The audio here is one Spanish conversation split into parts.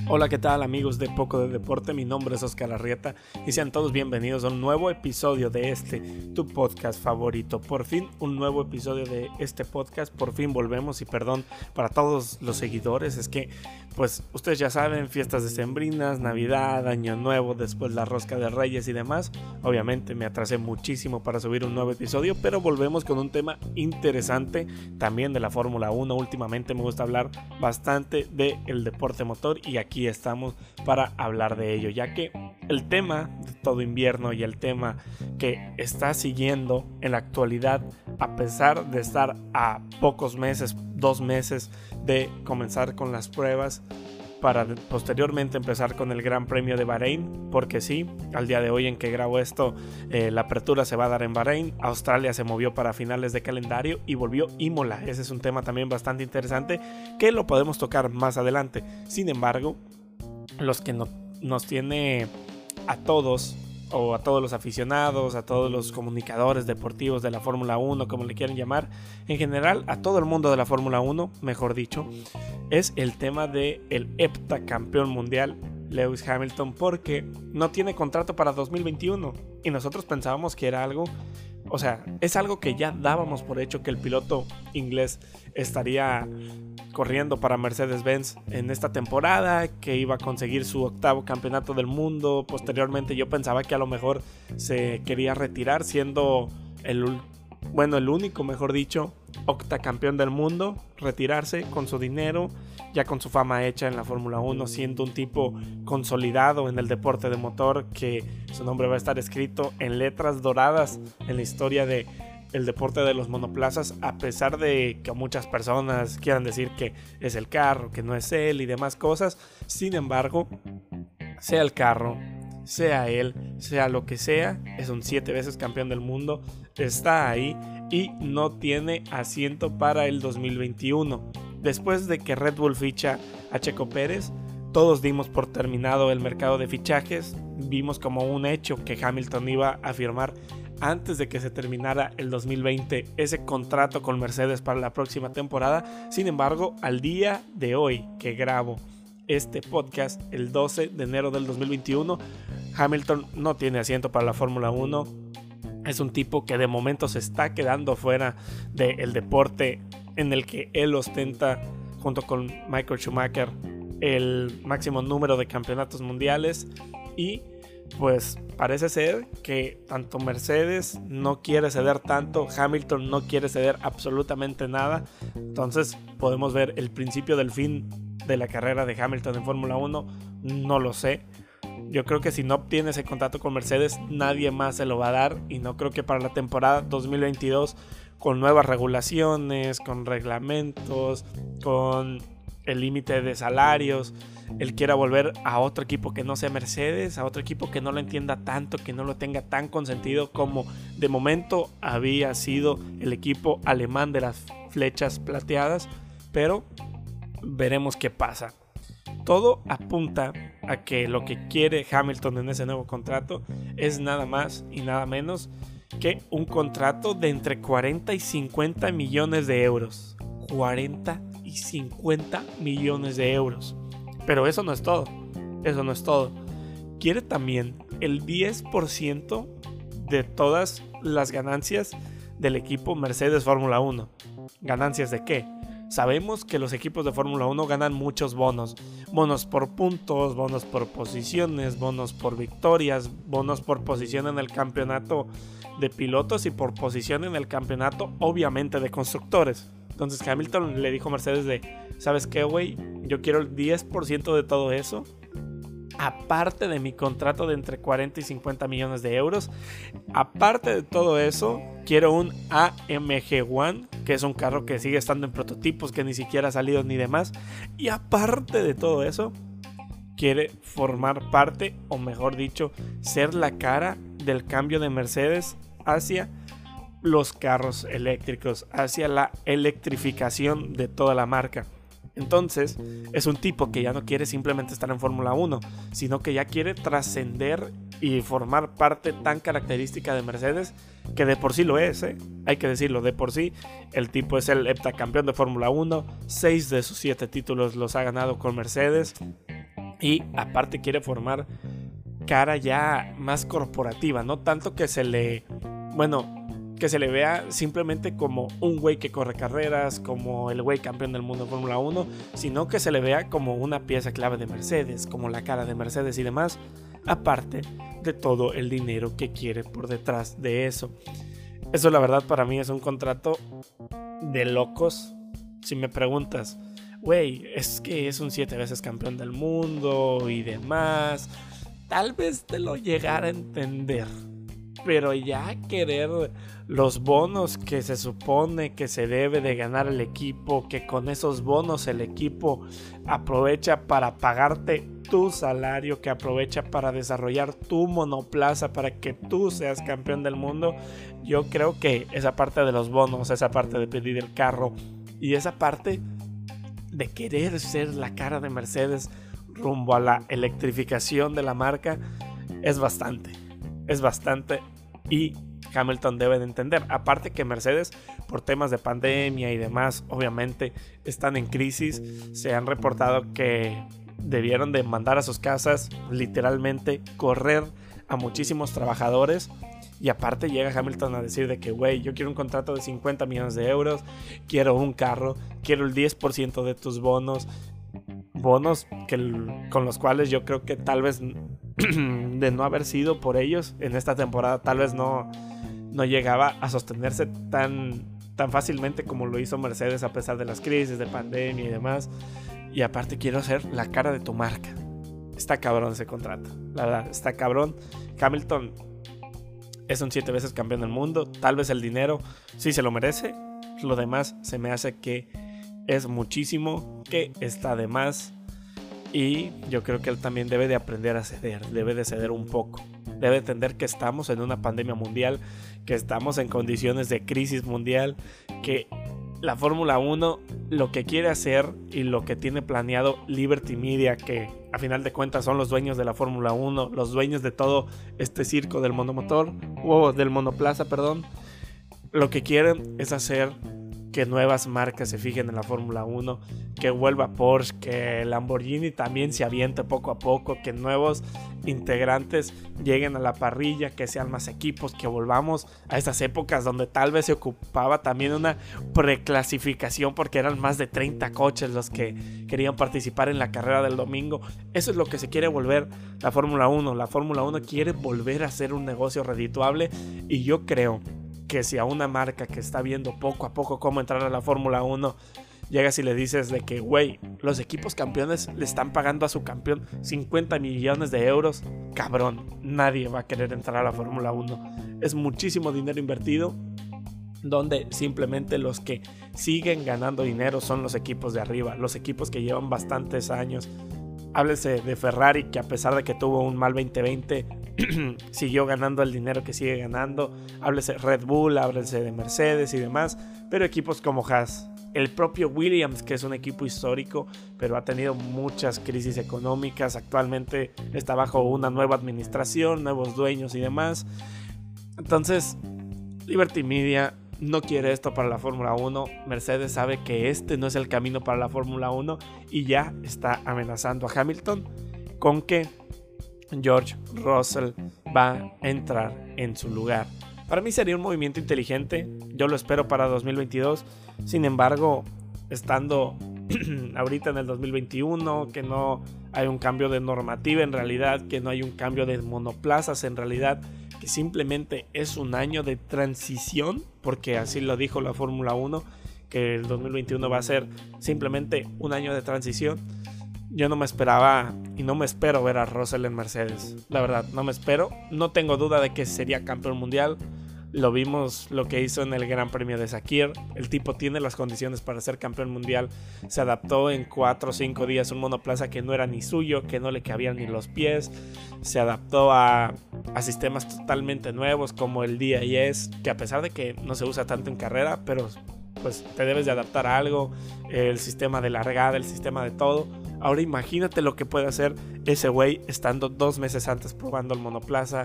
Hola, ¿qué tal amigos de Poco de Deporte? Mi nombre es Oscar Arrieta y sean todos bienvenidos a un nuevo episodio de tu podcast favorito. Por fin un nuevo episodio de este podcast, por fin volvemos y perdón para todos los seguidores, es que pues ustedes ya saben, fiestas decembrinas, Navidad, Año Nuevo, después la Rosca de Reyes y demás. Obviamente me atrasé muchísimo para subir un nuevo episodio, pero volvemos con un tema interesante también de la Fórmula 1. Últimamente me gusta hablar bastante del deporte motor y aquí estamos para hablar de ello, ya que el tema de todo invierno y el tema que está siguiendo en la actualidad, a pesar de estar a pocos meses, 2 meses de comenzar con las pruebas para posteriormente empezar con el Gran Premio de Bahrein, porque sí, al día de hoy en que grabo esto, la apertura se va a dar en Bahrein. Australia se movió para finales de calendario y volvió Imola. Ese es un tema también bastante interesante que lo podemos tocar más adelante. Sin embargo, los que nos tiene a todos, o a todos los aficionados, a todos los comunicadores deportivos de la Fórmula 1, como le quieren llamar, en general a todo el mundo de la Fórmula 1, mejor dicho, es el tema del heptacampeón mundial Lewis Hamilton, porque no tiene contrato para 2021 y nosotros pensábamos que era algo, o sea, es algo que ya dábamos por hecho, que el piloto inglés estaría corriendo para Mercedes-Benz en esta temporada, que iba a conseguir su 8º campeonato del mundo. Posteriormente yo pensaba que a lo mejor se quería retirar siendo el único, mejor dicho, octacampeón del mundo, retirarse con su dinero, ya con su fama hecha en la Fórmula 1, siendo un tipo consolidado en el deporte de motor, que su nombre va a estar escrito en letras doradas en la historia de el deporte de los monoplazas, a pesar de que muchas personas quieran decir que es el carro, que no es él y demás cosas. Sin embargo, sea el carro, sea él, sea lo que sea, es un 7 veces campeón del mundo, está ahí y no tiene asiento para el 2021. Después de que Red Bull ficha a Checo Pérez, todos dimos por terminado el mercado de fichajes, vimos como un hecho que Hamilton iba a firmar antes de que se terminara el 2020 ese contrato con Mercedes para la próxima temporada. Sin embargo, al día de hoy que grabo este podcast, el 12 de enero del 2021, Hamilton no tiene asiento para la Fórmula 1. Es un tipo que de momento se está quedando fuera del deporte en el que él ostenta, junto con Michael Schumacher, el máximo número de campeonatos mundiales. Y pues parece ser que tanto Mercedes no quiere ceder tanto, Hamilton no quiere ceder absolutamente nada. Entonces podemos ver el principio del fin de la carrera de Hamilton en Fórmula 1. No lo sé. Yo creo que si no obtiene ese contrato con Mercedes, nadie más se lo va a dar. Y no creo que para la temporada 2022, con nuevas regulaciones, con reglamentos, con el límite de salarios, él quiera volver a otro equipo que no sea Mercedes, a otro equipo que no lo entienda tanto, que no lo tenga tan consentido como de momento había sido el equipo alemán de las flechas plateadas. Pero veremos qué pasa. Todo apunta a que lo que quiere Hamilton en ese nuevo contrato es nada más y nada menos que un contrato de entre 40 y 50 millones de euros. 40 y 50 millones de euros. Pero eso no es todo. Eso no es todo. Quiere también el 10% de todas las ganancias del equipo Mercedes Fórmula 1. ¿Ganancias de qué? Sabemos que los equipos de Fórmula 1 ganan muchos bonos. Bonos por puntos, bonos por posiciones, bonos por victorias, bonos por posición en el campeonato de pilotos y por posición en el campeonato, obviamente, de constructores. Entonces Hamilton le dijo a Mercedes de, ¿sabes qué, güey? Yo quiero el 10% de todo eso, aparte de mi contrato de entre 40 y 50 millones de euros. Aparte de todo eso, quiero un AMG One, que es un carro que sigue estando en prototipos, que ni siquiera ha salido ni demás. Y aparte de todo eso, quiere formar parte, o mejor dicho, ser la cara del cambio de Mercedes hacia los carros eléctricos, hacia la electrificación de toda la marca. Entonces es un tipo que ya no quiere simplemente estar en Fórmula 1, sino que ya quiere trascender y formar parte tan característica de Mercedes, que de por sí lo es, hay que decirlo, de por sí el tipo es el heptacampeón de Fórmula 1, 6 de sus 7 títulos los ha ganado con Mercedes. Y aparte quiere formar cara ya más corporativa, no tanto que se le vea simplemente como un güey que corre carreras, como el güey campeón del mundo de Fórmula 1, sino que se le vea como una pieza clave de Mercedes, como la cara de Mercedes y demás, aparte de todo el dinero que quiere por detrás de eso. Eso la verdad para mí es un contrato de locos. Si me preguntas, güey, es que es un 7 veces campeón del mundo y demás, tal vez te lo llegara a entender. Pero ya querer los bonos que se supone que se debe de ganar el equipo, que con esos bonos el equipo aprovecha para pagarte tu salario, que aprovecha para desarrollar tu monoplaza para que tú seas campeón del mundo, yo creo que esa parte de los bonos, esa parte de pedir el carro y esa parte de querer ser la cara de Mercedes rumbo a la electrificación de la marca es bastante y Hamilton debe de entender. Aparte que Mercedes, por temas de pandemia y demás, obviamente están en crisis. Se han reportado que debieron de mandar a sus casas, literalmente correr a muchísimos trabajadores. Y aparte llega Hamilton a decir de que, güey, yo quiero un contrato de 50 millones de euros, quiero un carro, quiero el 10% de tus bonos con los cuales yo creo que tal vez de no haber sido por ellos en esta temporada, tal vez no llegaba a sostenerse tan fácilmente como lo hizo Mercedes a pesar de las crisis de pandemia y demás. Y aparte quiero ser la cara de tu marca. Está cabrón ese contrato, la verdad, está cabrón. Hamilton es un 7 veces campeón del mundo, tal vez el dinero sí se lo merece, lo demás se me hace que es muchísimo, que está de más. Y yo creo que él también debe de aprender a ceder, debe de ceder un poco, debe entender que estamos en una pandemia mundial, que estamos en condiciones de crisis mundial, que la Fórmula 1 lo que quiere hacer y lo que tiene planeado Liberty Media, que a final de cuentas son los dueños de la Fórmula 1, los dueños de todo este circo del monomotor, o del monoplaza, perdón, lo que quieren es hacer que nuevas marcas se fijen en la Fórmula 1, que vuelva Porsche, que Lamborghini también se aviente poco a poco, que nuevos integrantes lleguen a la parrilla, que sean más equipos, que volvamos a esas épocas donde tal vez se ocupaba también una preclasificación porque eran más de 30 coches los que querían participar en la carrera del domingo. Eso es lo que se quiere volver la Fórmula 1. La Fórmula 1 quiere volver a ser un negocio redituable, y yo creo que si a una marca que está viendo poco a poco cómo entrar a la Fórmula 1 llegas y le dices de que, güey, los equipos campeones le están pagando a su campeón 50 millones de euros, cabrón, nadie va a querer entrar a la Fórmula 1. Es muchísimo dinero invertido, donde simplemente los que siguen ganando dinero son los equipos de arriba, los equipos que llevan bastantes años. Háblese de Ferrari, que a pesar de que tuvo un mal 2020 siguió ganando el dinero que sigue ganando. Háblese Red Bull, háblese de Mercedes y demás, pero equipos como Haas, el propio Williams, que es un equipo histórico pero ha tenido muchas crisis económicas, actualmente está bajo una nueva administración, nuevos dueños y demás. Entonces Liberty Media no quiere esto para la Fórmula 1. Mercedes sabe que este no es el camino para la Fórmula 1 y ya está amenazando a Hamilton con que George Russell va a entrar en su lugar. Para mí sería un movimiento inteligente, yo lo espero para 2022. Sin embargo, estando ahorita en el 2021, que no hay un cambio de normativa en realidad, que no hay un cambio de monoplazas en realidad, que simplemente es un año de transición, porque así lo dijo la Fórmula 1, que el 2021 va a ser simplemente un año de transición. Yo no me esperaba y no me espero ver a Russell en Mercedes, la verdad, no me espero. No tengo duda de que sería campeón mundial. Lo vimos lo que hizo en el Gran Premio de Sakir. El tipo tiene las condiciones para ser campeón mundial. Se adaptó en 4 o 5 días a un monoplaza que no era ni suyo, que no le cabían ni los pies. Se adaptó a sistemas totalmente nuevos como el DIS, que a pesar de que no se usa tanto en carrera, pero pues te debes de adaptar a algo. El sistema de largada, el sistema de todo. Ahora imagínate lo que puede hacer ese güey estando 2 meses antes probando el monoplaza,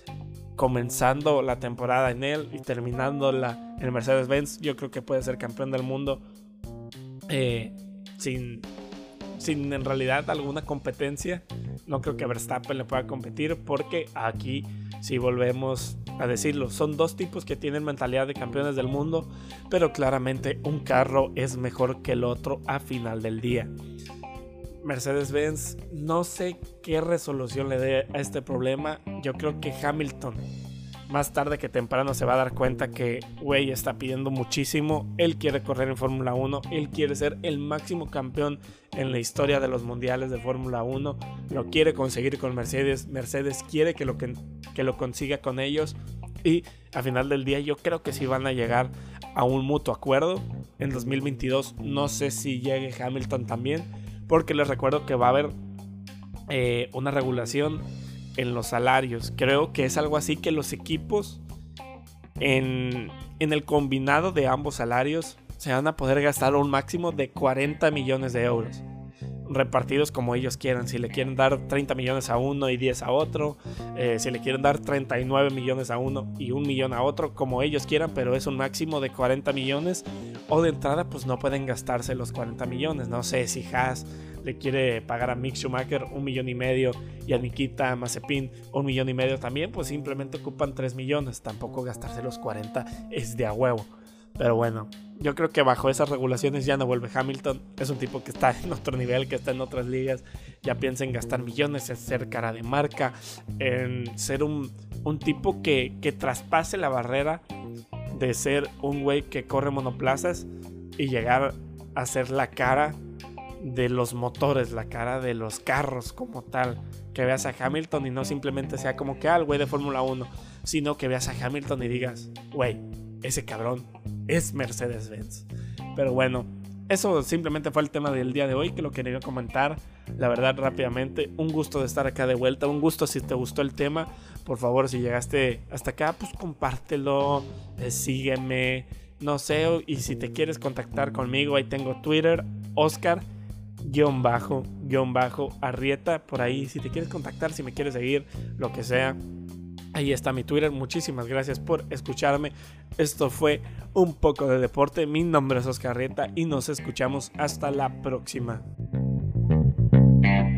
comenzando la temporada en él y terminándola en Mercedes-Benz. Yo creo que puede ser campeón del mundo sin sin en realidad alguna competencia. No creo que Verstappen le pueda competir, porque aquí, si volvemos a decirlo, son dos tipos que tienen mentalidad de campeones del mundo, pero claramente un carro es mejor que el otro a final del día. Mercedes-Benz, no sé qué resolución le dé a este problema. Yo creo que Hamilton más tarde que temprano se va a dar cuenta que güey está pidiendo muchísimo. Él quiere correr en Fórmula 1, él quiere ser el máximo campeón en la historia de los mundiales de Fórmula 1, lo quiere conseguir con Mercedes. Mercedes quiere que lo consiga con ellos, y a final del día yo creo que sí van a llegar a un mutuo acuerdo en 2022. No sé si llegue Hamilton también, porque les recuerdo que va a haber una regulación en los salarios. Creo que es algo así que los equipos en el combinado de ambos salarios se van a poder gastar un máximo de 40 millones de euros, repartidos como ellos quieran. Si le quieren dar 30 millones a uno y 10 a otro, si le quieren dar 39 millones a uno y 1 millón a otro, como ellos quieran, pero es un máximo de 40 millones. O de entrada pues no pueden gastarse los 40 millones. No sé si Haas le quiere pagar a Mick Schumacher 1,5 millones y a Nikita Mazepin 1,5 millones también, pues simplemente ocupan 3 millones. Tampoco gastarse los 40 es de a huevo. Pero bueno, yo creo que bajo esas regulaciones ya no vuelve Hamilton. Es un tipo que está en otro nivel, que está en otras ligas. Ya piensa en gastar millones, en ser cara de marca, en ser un tipo que traspase la barrera de ser un güey que corre monoplazas y llegar a ser la cara de los motores, la cara de los carros como tal. Que veas a Hamilton y no simplemente sea como que el güey de Fórmula 1, sino que veas a Hamilton y digas, güey, ese cabrón es Mercedes-Benz. Pero bueno, eso simplemente fue el tema del día de hoy, que lo quería comentar, la verdad, rápidamente. Un gusto de estar acá de vuelta, un gusto si te gustó el tema. Por favor, si llegaste hasta acá, pues compártelo, sígueme, no sé, y si te quieres contactar conmigo, ahí tengo Twitter, Oscar_Arrieta, por ahí si te quieres contactar, si me quieres seguir, lo que sea. Ahí está mi Twitter. Muchísimas gracias por escucharme. Esto fue Un Poco de Deporte. Mi nombre es Oscar Arrieta y nos escuchamos hasta la próxima.